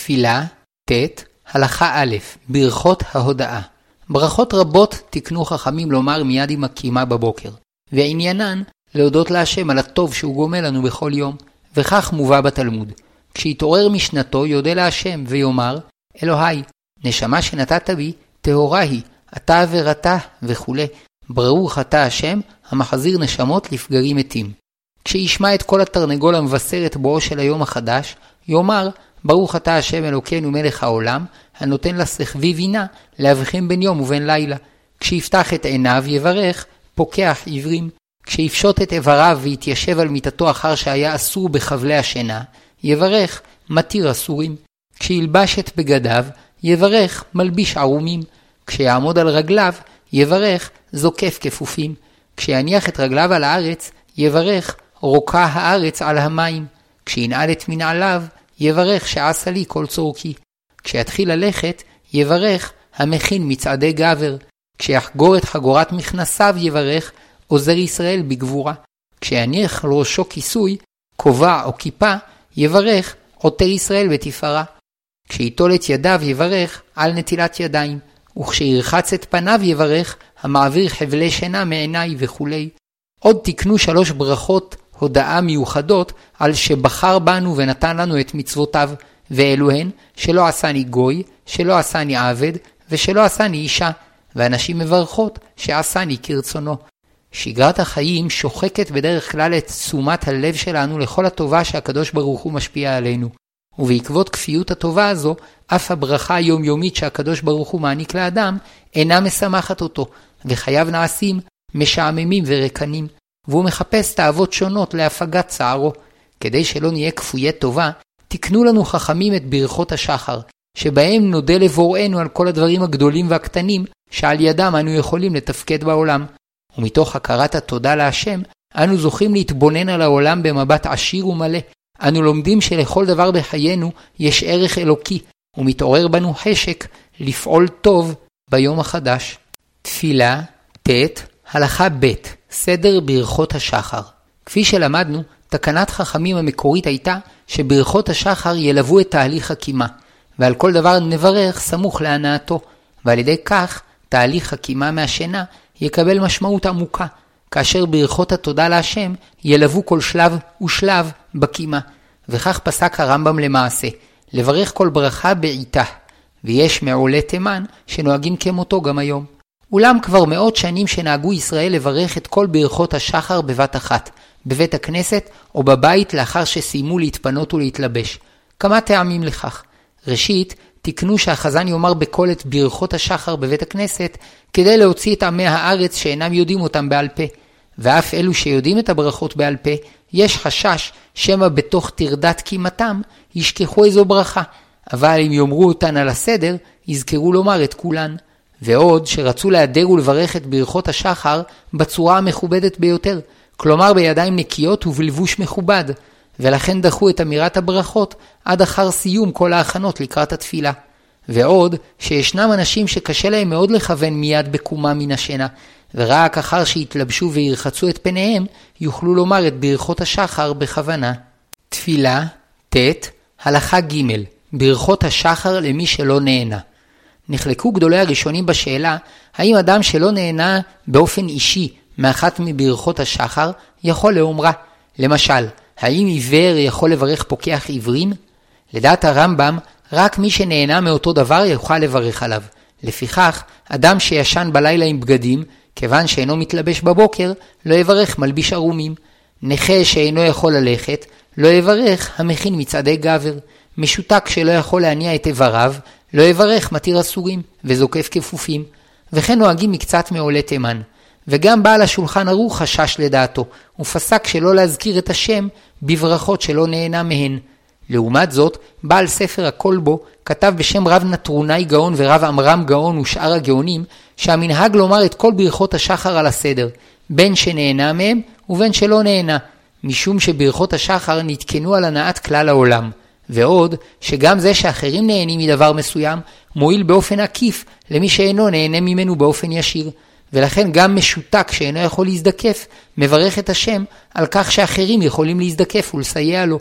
תפילה, ת', הלכה א', ברכות ההודעה. ברכות רבות תקנו חכמים לומר מיד עם הקימה בבוקר, ועניינן להודות להשם על הטוב שהוא גומל לנו בכל יום, וכך מובא בתלמוד. כשיתעורר משנתו יודע להשם ויאמר, אלוהי, נשמה שנתת בי, טהורה היא, אתה עברתה וכו'. ברוך אתה השם, המחזיר נשמות לפגרים מתים. כשישמע את כל התרנגול המבשר את בואו של היום החדש, יאמר, ברוך אתה השם אלוקינו מלך העולם, הנותן לשכבי בינה להבחין בין יום ובין לילה. כשיפתח את עיניו יברך, פוקח עיוורים. כשיפשוט את איבריו ויתיישב על מיטתו אחר שהיה אסור בחבלי השינה, יברך, מתיר אסורים. כשילבש את בגדיו, יברך, מלביש ערומים. כשיעמוד על רגליו, יברך, זוקף כפופים. כשיניח את רגליו על הארץ, יברך, רוקה הארץ על המים. כשינעל את מנעליו, יברך שעשה לי כל צורכי. כשיתחיל ללכת, יברך, המכין מצעדי גבר. כשיחגור את חגורת מכנסיו, יברך, עוזר ישראל בגבורה. כשיניח על ראשו כיסוי, כובע או כיפה, יברך, עוטר ישראל בתפארה. כשיטול את ידיו, יברך, על נטילת ידיים. וכשירחץ את פניו, יברך, המעביר חבלי שינה מעיניי וכו'. עוד תקנו 3 ברכות הודעה מיוחדות על שבחר בנו ונתן לנו את מצוותיו, ואלוהן שלא עשני גוי, שלא עשני עבד, ושלא עשני אישה, ואנשים מברכות שעשני כרצונו. שגרת החיים שוחקת בדרך כלל את תשומת הלב שלנו לכל הטובה שהקדוש ברוך הוא משפיע עלינו. ובעקבות כפיות הטובה הזו, אף הברכה היומיומית שהקדוש ברוך הוא מעניק לאדם, אינה משמחת אותו, וחייו נעשים משעממים ורקנים, והוא מחפש תאוות שונות להפגת צערו. כדי שלא נהיה כפויי טובה, תקנו לנו חכמים את ברכות השחר, שבהם נודה לבוראנו על כל הדברים הגדולים והקטנים, שעל ידם אנו יכולים לתפקד בעולם. ומתוך הכרת התודה להשם, אנו זוכים להתבונן על העולם במבט עשיר ומלא. אנו לומדים שלכל דבר בחיינו יש ערך אלוקי, ומתעורר בנו חשק לפעול טוב ביום החדש. תפילה, ת', הלכה ב', סדר ברכות השחר. כפי שלמדנו, תקנת חכמים המקורית הייתה שברכות השחר ילוו את תהליך הקימה, ועל כל דבר נברך סמוך להנאתו, ועל ידי כך תהליך הקימה מהשינה יקבל משמעות עמוקה, כאשר ברכות התודה להשם ילוו כל שלב ושלב בקימה. וכך פסק הרמב"ם למעשה, לברך כל ברכה בעיתה, ויש מעולי תימן שנוהגים כמותו גם היום. אולם כבר מאות שנים שנהגו ישראל לברך את כל ברכות השחר בבת אחת, בבית הכנסת או בבית לאחר שסיימו להתפנות ולהתלבש. כמה טעמים לכך? ראשית, תקנו שהחזן יאמר בקול את ברכות השחר בבית הכנסת, כדי להוציא את עמי הארץ שאינם יודעים אותם בעל פה. ואף אלו שיודעים את הברכות בעל פה, יש חשש שמא בתוך תרדת קימתם ישכחו איזו ברכה, אבל אם יאמרו אותן על הסדר, יזכרו לומר את כולן. ועוד שרצו להדר ולברך את ברכות השחר בצורה המכובדת ביותר, כלומר בידיים נקיות ובלבוש מכובד, ולכן דחו את אמירת הברכות עד אחר סיום כל ההכנות לקראת התפילה. ועוד שישנם אנשים שקשה להם מאוד לכוון מיד בקומה מן השינה, ורק אחר שהתלבשו וירחצו את פניהם יוכלו לומר את ברכות השחר בכוונה. תפילה, ת', הלכה ג', ברכות השחר למי שלא נהנה. נחלקו גדולי הראשונים בשאלה האם אדם שלא נהנה באופן אישי מאחת מברכות השחר יכול לאומרה. למשל, האם עיוור יכול לברך פוקח עיוורים? לדעת הרמב"ם, רק מי שנהנה מאותו דבר יוכל לברך עליו. לפיכך, אדם שישן בלילה עם בגדים, כיוון שאינו מתלבש בבוקר, לא יברך מלביש ערומים. נכה שאינו יכול ללכת, לא יברך המכין מצעדי גבר. משותק שלא יכול להניע את איבריו, לא יברך מתיר אסורים וזוקף כפופים. וכן נוהגים מקצת מעולי תימן. וגם בעל השולחן ערוך חשש לדעתו, ופסק שלא להזכיר את השם בברכות שלא נהנה מהן. לעומת זאת, בעל ספר הכל בו כתב בשם רב נטרונאי גאון ורב אמרם גאון ושאר הגאונים, שהמנהג לומר את כל ברכות השחר על הסדר, בין שנהנה מהם ובין שלא נהנה, משום שברכות השחר נתקנו על הנעת כלל העולם. ועוד, שגם זה שאחרים נהנים מדבר מסוים, מועיל באופן עקיף למי שאינו נהנה ממנו באופן ישיר. ולכן גם משותק שאינו יכול להזדקף, מברך את השם על כך שאחרים יכולים להזדקף ולסייע לו.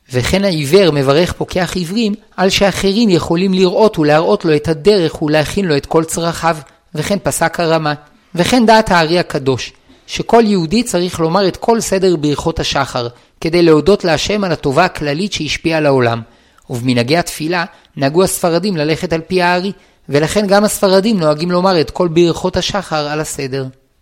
וכן העיוור מברך פוקח עיוורים על שאחרים יכולים לראות ולהראות לו את הדרך ולהכין לו את כל צרכיו, וכן פסק הרמה. וכן דעת הארי הקדוש, שכל יהודי צריך לומר את כל סדר ברכות השחר, כדי להודות להשם על הטובה הכללית שהשפיעה על העולם. ובמנהגי התפילה נהגו הספרדים ללכת על פי הארי, ולכן גם הספרדים נוהגים לומר את כל ברכות השחר על הסדר.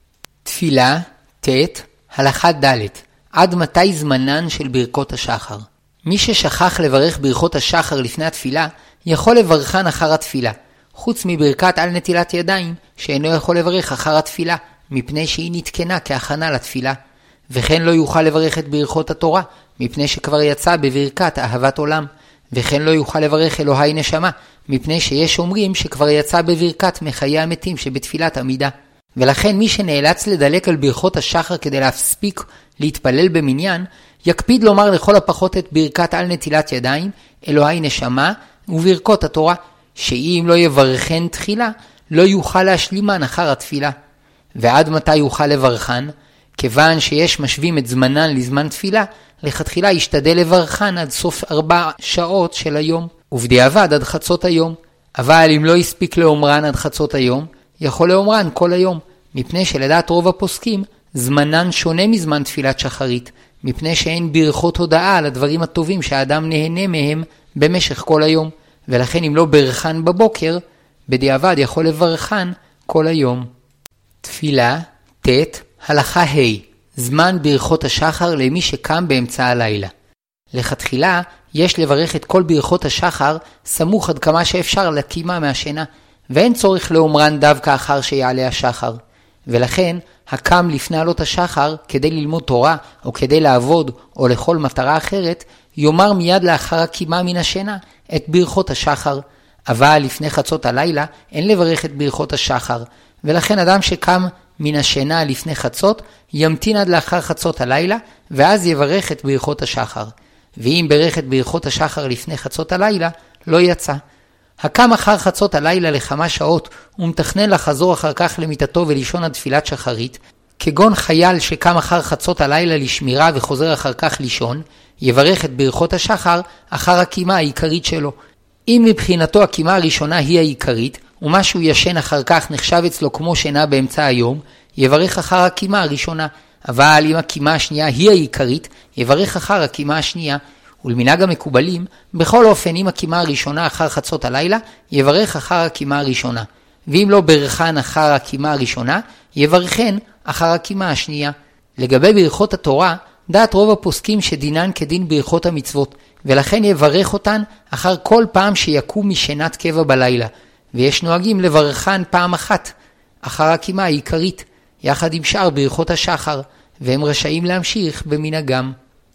תפילה, ת', הלכה ד', עד מתי זמנן של ברכות השחר. מי ששכח לברך ברכות השחר לפני התפילה, יכול לברכן אחר התפילה, חוץ מברכת על נטילת ידיים, שאינו יכול לברך אחר התפילה, מפני שהיא נתקנה כהכנה לתפילה. וכן לא יוכל לברך את ברכות התורה, מפני שכבר יצא בברכת אהבת עולם. וכן לא יוכל לברך אלוהי נשמה, מפני שיש אומרים שכבר יצא בברכת מחיי המתים שבתפילת עמידה. ולכן מי שנאלץ לדלק על ברכות השחר כדי להספיק להתפלל במניין, יקפיד לומר לכל הפחות את ברכת על נטילת ידיים, אלוהי נשמה וברכות התורה, שאם לא יברכן תחילה, לא יוכל להשלימן אחר התפילה. ועד מתי יוכל לברכן? כיוון שיש משווים את זמנן לזמן תפילה, לכתחילה ישתדל לברכן עד סוף 4 שעות של היום, ובדיעבד עד חצות היום. אבל אם לא יספיק לאומרן עד חצות היום, יכול לאומרן כל היום, מפני שלדעת רוב הפוסקים, זמנן שונה מזמן תפילת שחרית, מפני שאין ברכות הודעה על הדברים הטובים שהאדם נהנה מהם במשך כל היום, ולכן אם לא ברכן בבוקר, בדיעבד יכול לברכן כל היום. תפילה, ת', הלכה ה', זמן ברכות השחר למי שקם באמצע הלילה. לכתחילה יש לברך את כל ברכות השחר סמוך עד כמה שאפשר לקימה מהשינה, ואין צורך לאומרן דווקא אחר שיעלה השחר. ולכן הקם לפני עלות השחר כדי ללמוד תורה או כדי לעבוד או לכל מטרה אחרת, יאמר מיד לאחר הקימה מן השינה את ברכות השחר. אבל לפני חצות הלילה אין לברך את ברכות השחר, ולכן אדם שקם מן השינה לפני חצות ימתין עד לאחר חצות הלילה, ואז יברך את ברכות השחר. ואם ברך את ברכות השחר לפני חצות הלילה, לא יצא. הקם אחר חצות הלילה לכמה שעות ומתכנן לחזור אחר כך למיטתו ולישון עד תפילת שחרית, כגון חייל שקם אחר חצות הלילה לשמירה וחוזר אחר כך לישון, יברך את ברכות השחר אחר הקימה העיקרית שלו. אם מבחינתו הקימה הראשונה היא העיקרית, ומשהו ישן אחר כך נחשב אצלו כמו שינה באמצע היום, יברך אחר הקימה הראשונה. אבל אם הקימה השנייה היא העיקרית, יברך אחר הקימה השנייה. ולמנהג המקובלים, בכל אופן אם הקימה הראשונה אחר חצות הלילה, יברך אחר הקימה הראשונה. ואם לא ברכן אחר הקימה הראשונה, יברכן אחר הקימה השנייה. לגבי ברכות התורה, דעת רוב הפוסקים שדינן כדין ברכות המצוות, ולכן יברך אותן אחר כל פעם שיקום משנת קבע בלילה. ויש נוהגים לברכן פעם אחת, אחר הקימה העיקרית, יחד עם שאר ברכות השחר, והם רשאים להמשיך במנהגם.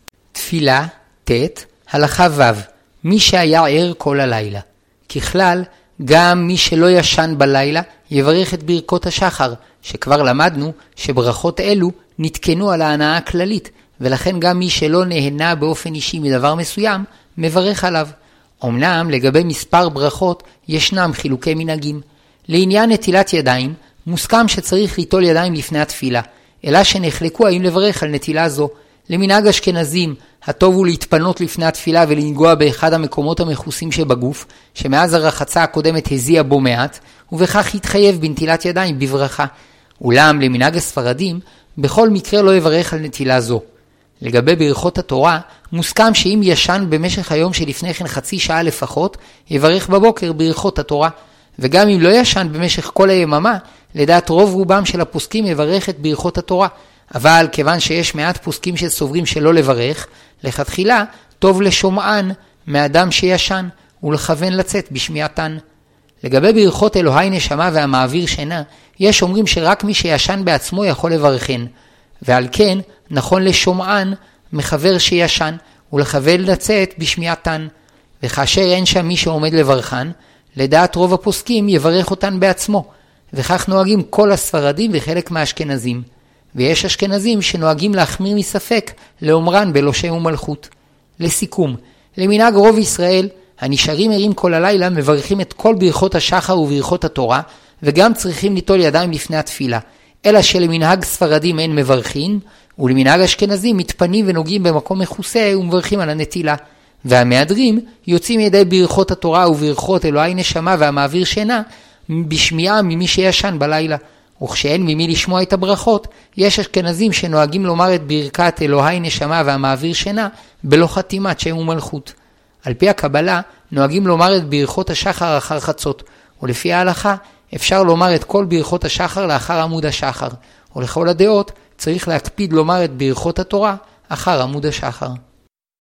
תפילה, ת', הלכה ו', מי שהיה ער כל הלילה. ככלל, גם מי שלא ישן בלילה יברך את ברכות השחר, שכבר למדנו שברכות אלו נתקנו על ההנאה הכללית, ולכן גם מי שלא נהנה באופן אישי מדבר מסוים, מברך עליו. אמנם לגבי מספר ברכות ישנם חילוקי מנהגים. לעניין נטילת ידיים, מוסכם שצריך ליטול ידיים לפני התפילה, אלא שנחלקו האם לברך על נטילה זו. למנהג אשכנזים, הטוב הוא להתפנות לפני התפילה ולנגוע באחד המקומות המכוסים שבגוף, שמאז הרחצה הקודמת הזיע בו מעט, ובכך יתחייב בנטילת ידיים בברכה. אולם למנהג הספרדים, בכל מקרה לא יברך על נטילה זו. לגבי ברכות התורה, מוסכם שאם ישן במשך היום שלפני כן חצי שעה לפחות, יברך בבוקר ברכות התורה. וגם אם לא ישן במשך כל היממה, לדעת רוב רובם של הפוסקים יברך את ברכות התורה. אבל כיוון שיש מעט פוסקים שסוברים שלא לברך, לכתחילה טוב לשומען מאדם שישן ולכוון לצאת בשמיעתן. לגבי ברכות אלוהי נשמה והמעביר שינה, יש אומרים שרק מי שישן בעצמו יכול לברכן, ועל כן נכון לשומען מחבר שישן ולכוון לצאת בשמיעתן. וכאשר אין שם מי שעומד לברכן, לדעת רוב הפוסקים יברך אותן בעצמו, וכך נוהגים כל הספרדים וחלק מהאשכנזים. ויש אשכנזים שנוהגים להחמיר מספק לאומרן בלושם ומלכות. לסיכום, למנהג רוב ישראל, הנשארים ערים כל הלילה מברכים את כל ברכות השחר וברכות התורה, וגם צריכים ליטול ידיים לפני התפילה. אלא שלמנהג ספרדים אין מברכים, ולמנהג אשכנזים מתפנים ונוגעים במקום מכוסה ומברכים על הנטילה. והמהדרים יוצאים ידי ברכות התורה וברכות אלוהי נשמה והמעביר שינה בשמיעה ממי שישן בלילה. וכשאין ממי לשמוע את הברכות, יש אשכנזים שנוהגים לומר את ברכת אלוהי נשמה והמעביר שינה בלא חתימת שם ומלכות. על פי הקבלה נוהגים לומר את ברכות השחר אחר חצות, ולפי ההלכה אפשר לומר את כל ברכות השחר לאחר עמוד השחר, ולכל הדעות צריך להקפיד לומר את ברכות התורה אחר עמוד השחר.